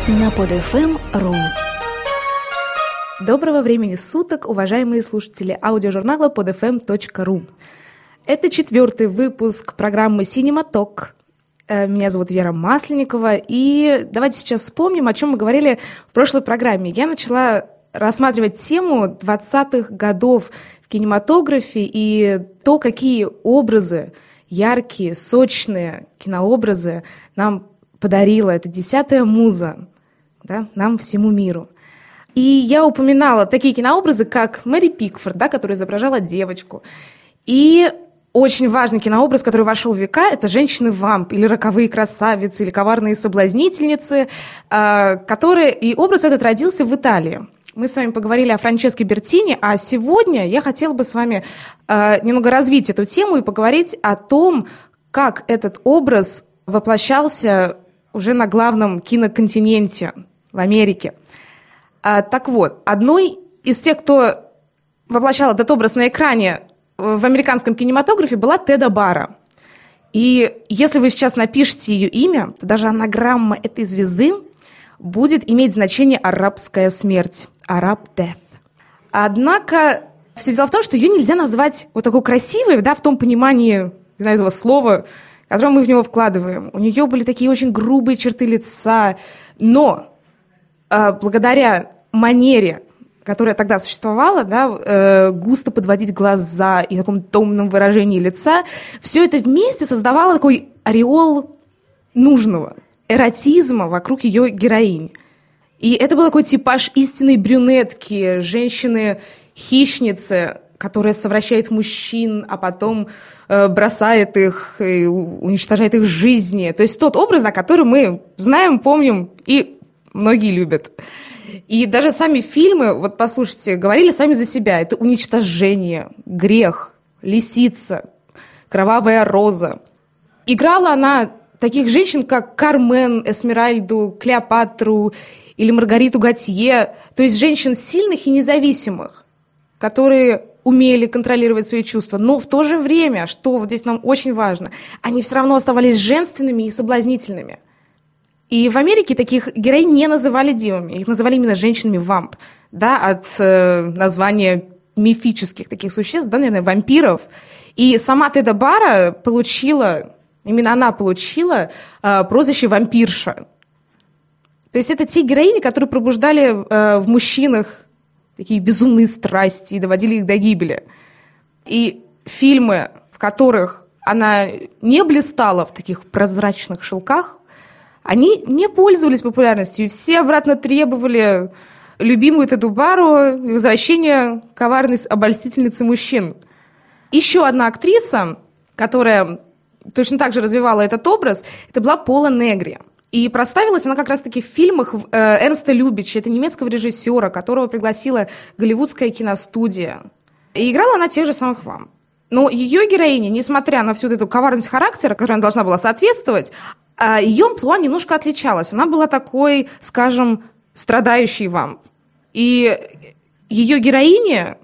на podfm.ru. Доброго времени суток, уважаемые слушатели аудиожурнала podfm.ru. Это 4-й выпуск программы «Синематок». Меня зовут Вера Масленникова, и давайте сейчас вспомним, о чем мы говорили в прошлой программе. Я начала рассматривать тему 20-х годов в кинематографе и то, какие образы, яркие, сочные кинообразы нам подарила эта 10-я муза, да, нам, всему миру. И я упоминала такие кинообразы, как Мэри Пикфорд, да, которая изображала девочку. И очень важный кинообраз, который вошел в века, это «Женщины-вамп» или «Роковые красавицы», или «Коварные соблазнительницы», и образ этот родился в Италии. Мы с вами поговорили о Франческо Бертини, а сегодня я хотела бы с вами немного развить эту тему и поговорить о том, как этот образ воплощался уже на главном киноконтиненте в Америке. Так вот, одной из тех, кто воплощал этот образ на экране в американском кинематографе, была Теда Бара. И если вы сейчас напишете ее имя, то даже анаграмма этой звезды будет иметь значение «арабская смерть», «Arab death». Однако все дело в том, что ее нельзя назвать вот такой красивой, да, в том понимании этого слова, которое мы в него вкладываем. У нее были такие очень грубые черты лица, но благодаря манере, которая тогда существовала, да, густо подводить глаза и таком томном выражении лица, все это вместе создавало такой ореол нужного эротизма вокруг ее героинь. И это был такой типаж истинной брюнетки, женщины-хищницы, которая совращает мужчин, а потом бросает их и уничтожает их жизни. То есть тот образ, который мы знаем, помним и многие любят. И даже сами фильмы, вот послушайте, говорили сами за себя. Это уничтожение, грех, лисица, кровавая роза. Играла она таких женщин, как Кармен, Эсмеральду, Клеопатру или Маргариту Готье. То есть женщин сильных и независимых, которые умели контролировать свои чувства. Но в то же время, что вот здесь нам очень важно, они все равно оставались женственными и соблазнительными. И в Америке таких героинь не называли дивами, их называли именно женщинами-вамп, да, от названия мифических таких существ, да, наверное, вампиров. И сама Теда Бара получила прозвище «вампирша». То есть это те героини, которые пробуждали в мужчинах такие безумные страсти и доводили их до гибели. И фильмы, в которых она не блистала в таких прозрачных шелках, они не пользовались популярностью, и все обратно требовали любимую Теду Бару и возвращения коварной обольстительницы мужчин. Еще одна актриса, которая точно так же развивала этот образ, это была Пола Негри. И прославилась она как раз-таки в фильмах Эрнста Любича, это немецкого режиссера, которого пригласила голливудская киностудия. И играла она тех же самых вамп. Но ее героиня, несмотря на всю эту коварность характера, которой она должна была соответствовать, ее амплуа немножко отличалась. Она была такой, скажем, страдающий вамп. И ее героиня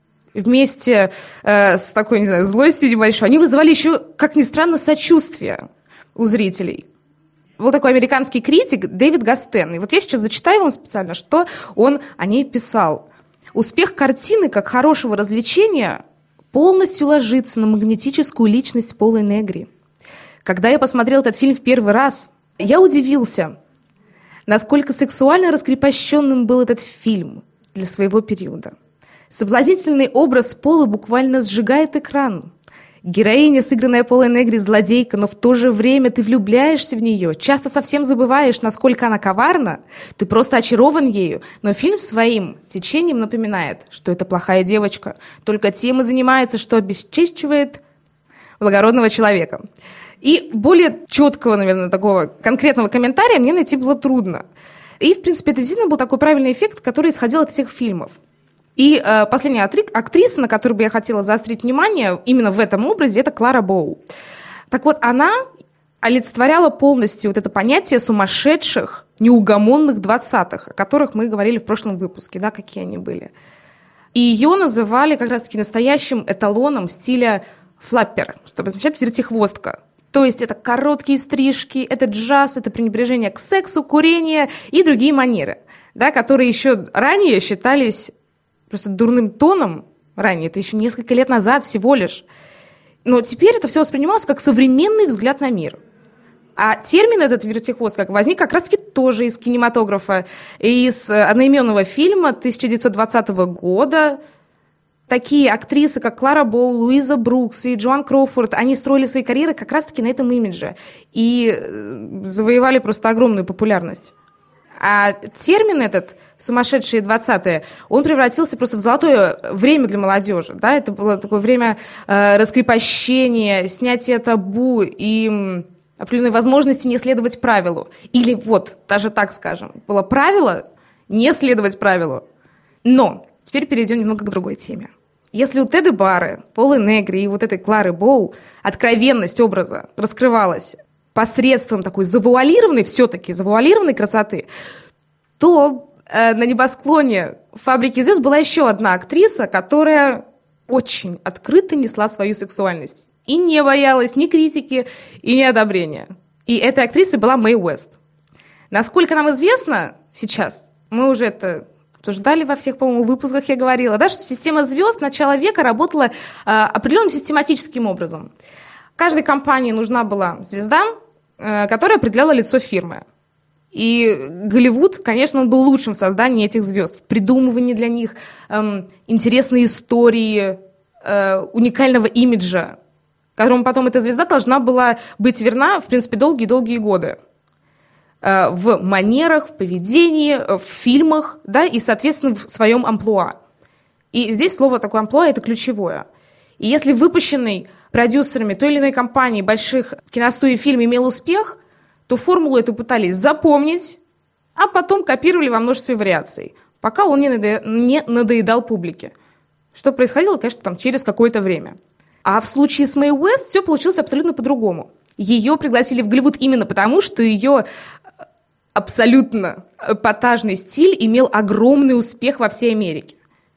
вместе с такой, не знаю, злостью небольшой, они вызывали еще, как ни странно, сочувствие у зрителей. Был такой американский критик Дэвид Гастен. И вот я сейчас зачитаю вам специально, что он о ней писал. «Успех картины, как хорошего развлечения, полностью ложится на магнетическую личность Полы Негри. Когда я посмотрел этот фильм в первый раз, я удивился, насколько сексуально раскрепощенным был этот фильм для своего периода. Соблазнительный образ Полы буквально сжигает экран. Героиня, сыгранная Полой Негри, злодейка, но в то же время ты влюбляешься в нее, часто совсем забываешь, насколько она коварна, ты просто очарован ею, но фильм своим течением напоминает, что это плохая девочка, только тем и занимается, что обесчещивает благородного человека». И более четкого, наверное, такого конкретного комментария мне найти было трудно. И, в принципе, это действительно был такой правильный эффект, который исходил от этих фильмов. И последняя актриса, на которую бы я хотела заострить внимание именно в этом образе, это Клара Боу. Так вот, она олицетворяла полностью вот это понятие сумасшедших, неугомонных 20-х, о которых мы говорили в прошлом выпуске, да, какие они были. И ее называли как раз-таки настоящим эталоном стиля флаппер, что обозначает вертихвостка. То есть это короткие стрижки, это джаз, это пренебрежение к сексу, курение и другие манеры, да, которые еще ранее считались просто дурным тоном, ранее, это еще несколько лет назад всего лишь. Но теперь это все воспринималось как современный взгляд на мир. А термин этот вертихвост возник как раз-таки тоже из кинематографа, из одноименного фильма 1920 года. Такие актрисы, как Клара Боу, Луиза Брукс и Джоан Кроуфорд, они строили свои карьеры как раз-таки на этом имидже и завоевали просто огромную популярность. А термин этот, сумасшедшие 20-е, он превратился просто в золотое время для молодежи. Да? Это было такое время раскрепощения, снятия табу и определенной возможности не следовать правилу. Или вот, даже так скажем, было правило не следовать правилу. Но теперь перейдем немного к другой теме. Если у Теды Бары, Полы Негри и вот этой Клары Боу откровенность образа раскрывалась посредством такой завуалированной, все-таки завуалированной красоты, то на небосклоне «Фабрики звезд» была еще одна актриса, которая очень открыто несла свою сексуальность и не боялась ни критики, и ни одобрения. И этой актрисой была Мэй Уэст. Насколько нам известно сейчас, мы уже это обсуждали во всех, по-моему, выпусках, я говорила, да, что система звезд начала века работала определенным систематическим образом. Каждой компании нужна была звезда, которая определяла лицо фирмы. И Голливуд, конечно, он был лучшим в создании этих звезд, в придумывании для них интересной истории, уникального имиджа, которому потом эта звезда должна была быть верна, в принципе, долгие-долгие годы. В манерах, в поведении, в фильмах, да, и, соответственно, в своем амплуа. И здесь слово такое амплуа – это ключевое. И если выпущенный продюсерами той или иной компании больших киностудий фильм имел успех, то формулу эту пытались запомнить, а потом копировали во множестве вариаций, пока он не надоедал публике. Что происходило, конечно, там, через какое-то время. А в случае с Мэй Уэст все получилось абсолютно по-другому. Ее пригласили в Голливуд именно потому, что ее абсолютно эпатажный стиль имел огромный успех во всей Америке.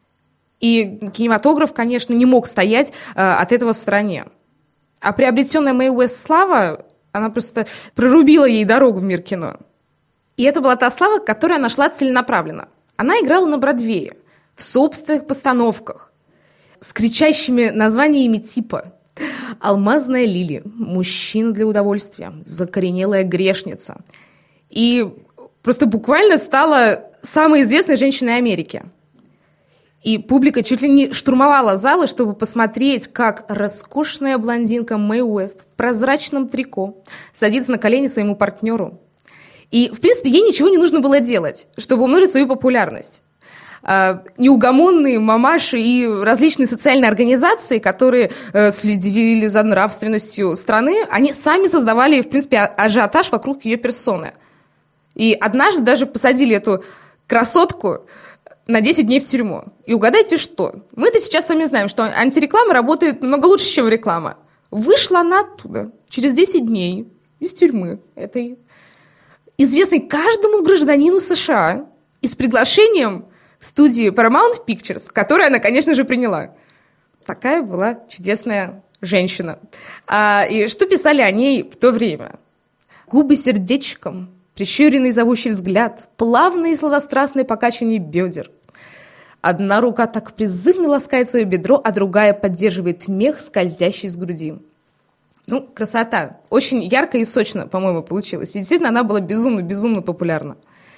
И кинематограф, конечно, не мог стоять от этого в стороне. А приобретенная Мэй Уэст слава, она просто прорубила ей дорогу в мир кино. И это была та слава, к которой она шла целенаправленно. Она играла на Бродвее, в собственных постановках, с кричащими названиями типа «Алмазная лилия», «Мужчина для удовольствия», «Закоренелая грешница». И просто буквально стала самой известной женщиной Америки. И публика чуть ли не штурмовала залы, чтобы посмотреть, как роскошная блондинка Мэй Уэст в прозрачном трико садится на колени своему партнеру. И, в принципе, ей ничего не нужно было делать, чтобы умножить свою популярность. Неугомонные мамаши и различные социальные организации, которые следили за нравственностью страны, они сами создавали, в принципе, ажиотаж вокруг ее персоны. И однажды даже посадили эту красотку на 10 дней в тюрьму. И угадайте что? Мы-то сейчас с вами знаем, что антиреклама работает намного лучше, чем реклама. Вышла она оттуда через 10 дней из тюрьмы этой, известной каждому гражданину США, и с приглашением студии Paramount Pictures, которую она, конечно же, приняла. Такая была чудесная женщина. И что писали о ней в то время? Губы сердечком, прищуренный зовущий взгляд, плавные и сладострастные покачивания бедер. Одна рука так призывно ласкает свое бедро, а другая поддерживает мех, скользящий с груди. Ну, красота. Очень ярко и сочно, по-моему, получилось. И действительно, она была безумно популярна.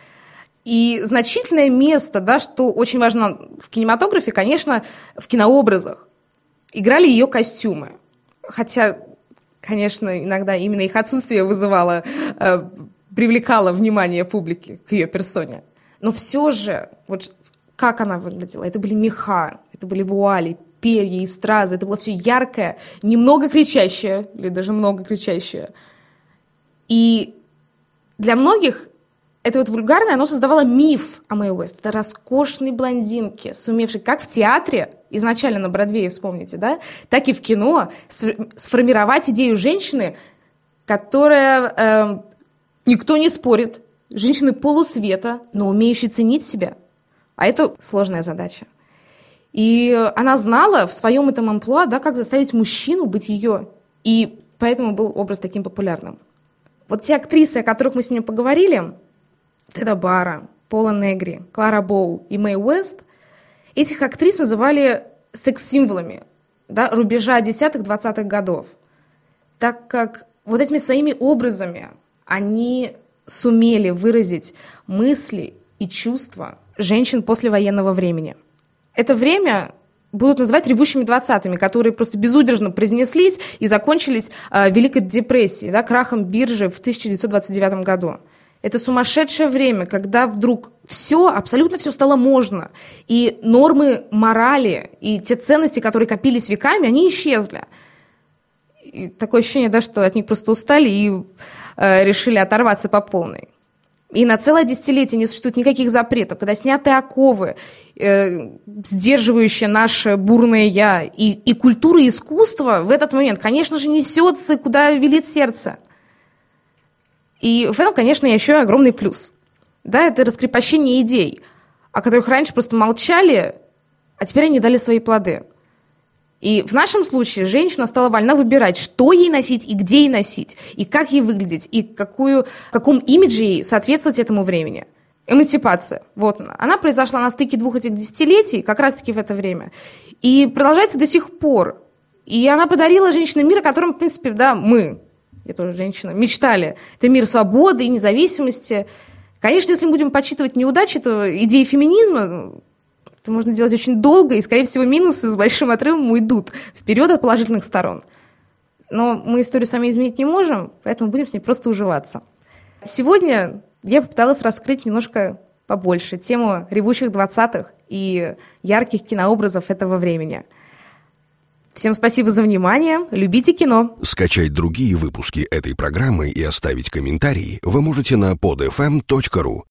И значительное место, да, что очень важно в кинематографе, конечно, в кинообразах, играли ее костюмы. Хотя, конечно, иногда именно их отсутствие привлекало внимание публики к ее персоне. Но все же, вот как она выглядела? Это были меха, это были вуали, перья и стразы. Это было все яркое, немного кричащее, или даже много кричащее. И для многих это вот вульгарное, оно создавало миф о Мэй Уэст. Это роскошной блондинке, сумевшей как в театре, изначально на Бродвее, вспомните, да, так и в кино сформировать идею женщины, которая, никто не спорит, женщины полусвета, но умеющей ценить себя. А это сложная задача. И она знала в своем этом амплуа, да, как заставить мужчину быть ее. И поэтому был образ таким популярным. Вот те актрисы, о которых мы сегодня поговорили, Теда Бара, Пола Негри, Клара Боу и Мэй Уэст, этих актрис называли секс-символами, да, рубежа 10-20-х годов, так как вот этими своими образами они сумели выразить мысли и чувства женщин послевоенного времени. Это время будут называть ревущими 20-ми, которые просто безудержно произнеслись и закончились Великой депрессией, да, крахом биржи в 1929 году. Это сумасшедшее время, когда вдруг абсолютно все стало можно, и нормы морали, и те ценности, которые копились веками, они исчезли. И такое ощущение, да, что от них просто устали и решили оторваться по полной. И на целое десятилетие не существует никаких запретов, когда сняты оковы, сдерживающие наше бурное «я», и культура и искусство в этот момент, конечно же, несется, куда велит сердце. И в этом, конечно, еще и огромный плюс. Да, это раскрепощение идей, о которых раньше просто молчали, а теперь они дали свои плоды. И в нашем случае женщина стала вольна выбирать, что ей носить и где ей носить, и как ей выглядеть, и в каком имидже ей соответствовать этому времени. Эмансипация. Вот она. Она произошла на стыке двух этих десятилетий, как раз-таки в это время, и продолжается до сих пор. И она подарила женщинам мир, о котором, в принципе, да, я тоже женщина, мечтали. Это мир свободы и независимости. Конечно, если мы будем подсчитывать неудачи идеи феминизма, это можно делать очень долго, и, скорее всего, минусы с большим отрывом уйдут вперед от положительных сторон. Но мы историю сами изменить не можем, поэтому будем с ней просто уживаться. Сегодня я попыталась раскрыть немножко побольше тему ревущих 20-х и ярких кинообразов этого времени. Всем спасибо за внимание. Любите кино. Скачать другие выпуски этой программы и оставить комментарии вы можете на podfm.ru.